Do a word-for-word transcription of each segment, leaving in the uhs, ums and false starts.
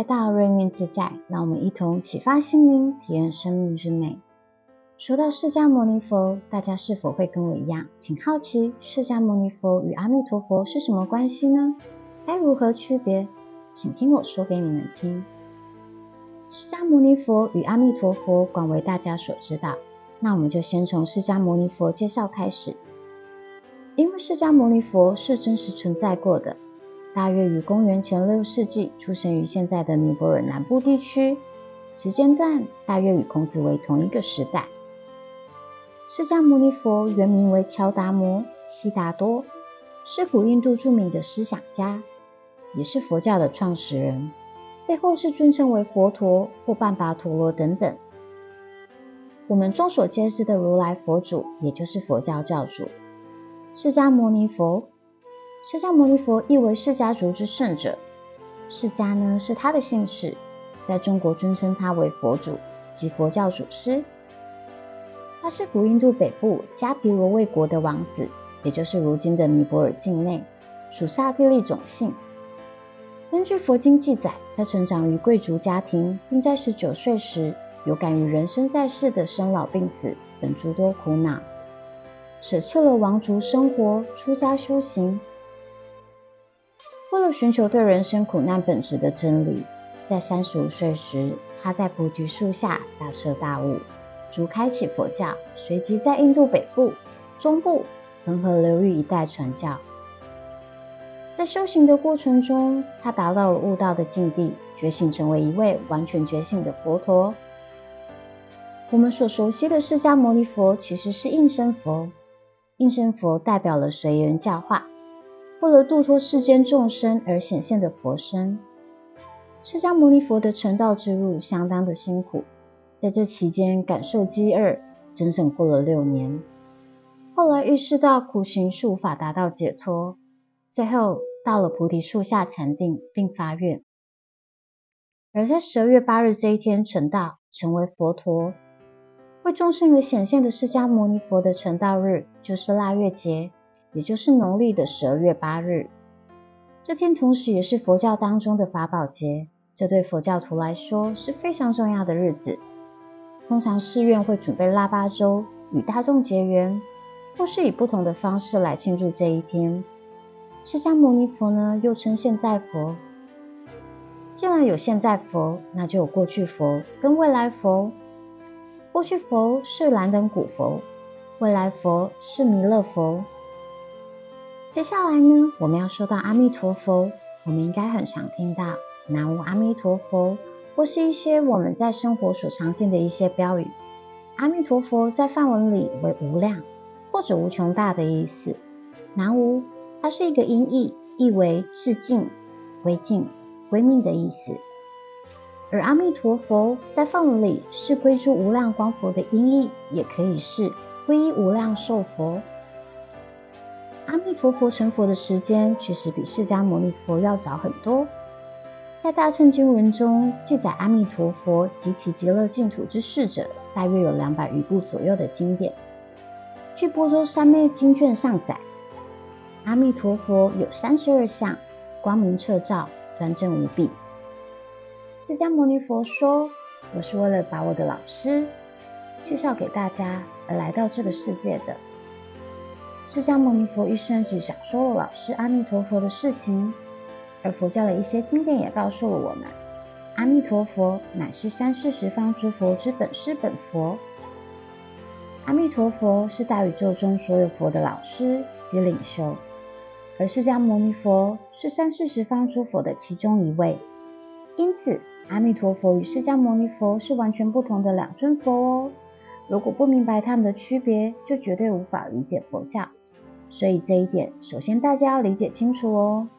到瑞命自在，让我们一同启发心灵，体验生命之美。说到释迦牟尼佛，大家是否会跟我一样，挺好奇释迦牟尼佛与阿弥陀佛是什么关系呢？该如何区别？请听我说给你们听。释迦牟尼佛与阿弥陀佛广为大家所知道，那我们就先从释迦牟尼佛介绍开始。因为释迦牟尼佛是真实存在过的，大约于公元前六世纪出生于现在的尼泊尔南部地区，时间段大约与孔子为同一个时代。释迦牟尼佛原名为乔达摩·悉达多，是古印度著名的思想家，也是佛教的创始人，被后世尊称为佛陀或半跋陀罗等等。我们众所皆知的如来佛祖，也就是佛教教主释迦牟尼佛。释迦牟尼佛意为释迦族之圣者，释迦呢是他的姓氏，在中国尊称他为佛祖及佛教祖师。他是古印度北部迦毗罗卫国的王子，也就是如今的尼泊尔境内，属刹帝利种姓。根据佛经记载，他成长于贵族家庭，并在十九岁时有感于人生在世的生老病死等诸多苦恼，舍弃了王族生活，出家修行。为了寻求对人生苦难本质的真理，在三十五岁时，他在菩提树下大彻大悟，逐开启佛教，随即在印度北部、中部、恒河流域一带传教。在修行的过程中，他达到了悟道的境地，觉醒成为一位完全觉醒的佛陀。我们所熟悉的释迦牟尼佛其实是应身佛，应身佛代表了随缘教化，为了度脱世间众生而显现的佛身。释迦牟尼佛的成道之路相当的辛苦，在这期间感受饥饿，整整过了六年。后来意识到苦行是无法达到解脱，最后到了菩提树下禅定并发愿。而在十二月八日这一天成道，成为佛陀，为众生而显现的释迦牟尼佛的成道日就是腊月节，也就是农历的十二月八日。这天同时也是佛教当中的法宝节，这对佛教徒来说是非常重要的日子。通常寺院会准备腊八粥与大众结缘，或是以不同的方式来庆祝这一天。释迦牟尼佛呢，又称现在佛。既然有现在佛，那就有过去佛跟未来佛。过去佛是燃灯古佛，未来佛是弥勒佛。接下来呢，我们要说到阿弥陀佛，我们应该很常听到南无阿弥陀佛，或是一些我们在生活所常见的一些标语。阿弥陀佛在梵文里为无量或者无穷大的意思。南无它是一个音译，意为致敬、归敬、归命的意思。而阿弥陀佛在梵文里是归诸无量光佛的音译，也可以是皈依无量寿佛。阿弥陀佛成佛的时间其实比释迦牟尼佛要早很多。在大乘经文中记载阿弥陀佛及其极乐净土之逝者，大约有两百余部左右的经典。据般舟三昧经卷上载，阿弥陀佛有三十二相，光明彻照，端正无比。释迦牟尼佛说，我是为了把我的老师介绍给大家而来到这个世界的。释迦牟尼佛一生只讲说了老师阿弥陀佛的事情，而佛教的一些经典也告诉了我们，阿弥陀佛乃是三世十方诸佛之本师本佛。阿弥陀佛是大宇宙中所有佛的老师及领袖，而释迦牟尼佛是三世十方诸佛的其中一位。因此阿弥陀佛与释迦牟尼佛是完全不同的两尊佛哦。如果不明白他们的区别，就绝对无法理解佛教。所以这一点，首先大家要理解清楚哦。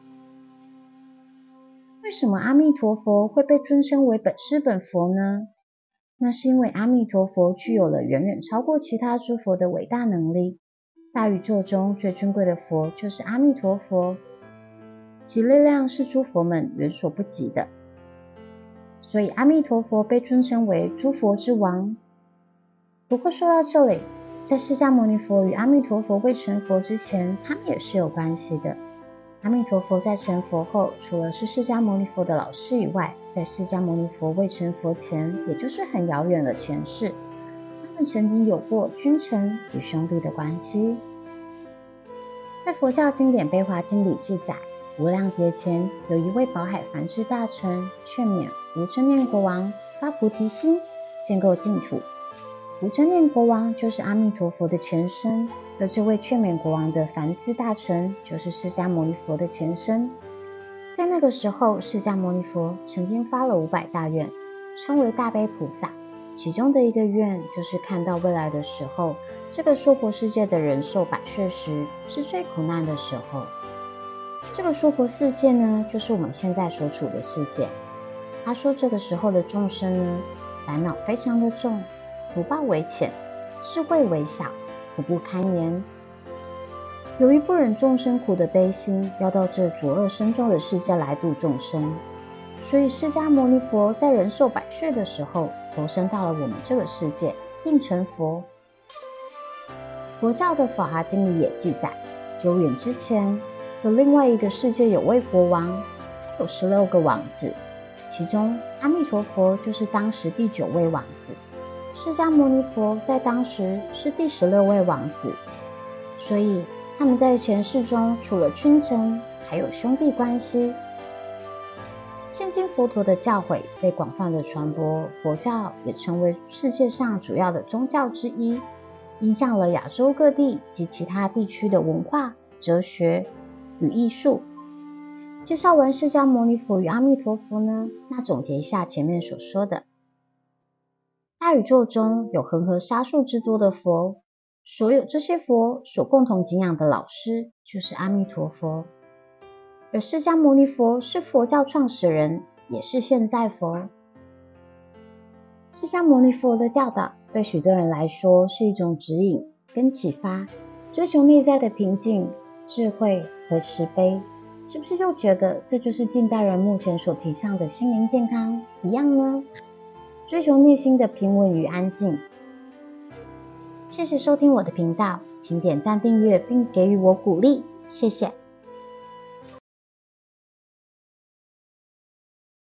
为什么阿弥陀佛会被尊称为本师本佛呢？那是因为阿弥陀佛具有了远远超过其他诸佛的伟大能力。大宇宙中最尊贵的佛就是阿弥陀佛，其力量是诸佛们远所不及的。所以阿弥陀佛被尊称为诸佛之王。不过说到这里，在释迦牟尼佛与阿弥陀佛未成佛之前，他们也是有关系的。 阿弥陀佛在成佛后，除了是释迦牟尼佛的老师以外，在释迦牟尼佛未成佛前，也就是很遥远的前世，他们曾经有过君臣与兄弟的关系。在佛教经典《悲华经》里记载，无量劫前有一位宝海梵志大臣劝勉无争念国王发菩提心，建构净土。无争念国王就是阿弥陀佛的前身，而这位劝勉国王的梵志大臣就是释迦牟尼佛的前身。在那个时候，释迦牟尼佛曾经发了五百大愿，称为大悲菩萨。其中的一个愿就是看到未来的时候，这个娑婆世界的人寿百岁时是最苦难的时候。这个娑婆世界呢，就是我们现在所处的世界。他说这个时候的众生呢，烦恼非常的重，福报为浅，智慧为小，苦不堪言。由于不忍众生苦的悲心，要到这浊恶深重的世界来度众生，所以释迦牟尼佛在人寿百岁的时候，投身到了我们这个世界，并成佛。佛教的《法华经》里也记载，久远之前，有另外一个世界有位国王，有十六个王子，其中阿弥陀佛就是当时第九位王子。释迦牟尼佛在当时是第十六位王子，所以他们在前世中除了君臣，还有兄弟关系。现今佛陀的教诲被广泛的传播，佛教也成为世界上主要的宗教之一，影响了亚洲各地及其他地区的文化、哲学与艺术。介绍完释迦牟尼佛与阿弥陀佛呢，那总结一下前面所说的。大宇宙中有恒河沙数之多的佛，所有这些佛所共同敬仰的老师就是阿弥陀佛。而释迦牟尼佛是佛教创始人，也是现在佛。释迦牟尼佛的教导对许多人来说是一种指引跟启发，追求内在的平静、智慧和慈悲。是不是又觉得这就是近代人目前所提倡的心灵健康一样呢？追求内心的平稳与安静。谢谢收听我的频道，请点赞订阅并给予我鼓励，谢谢。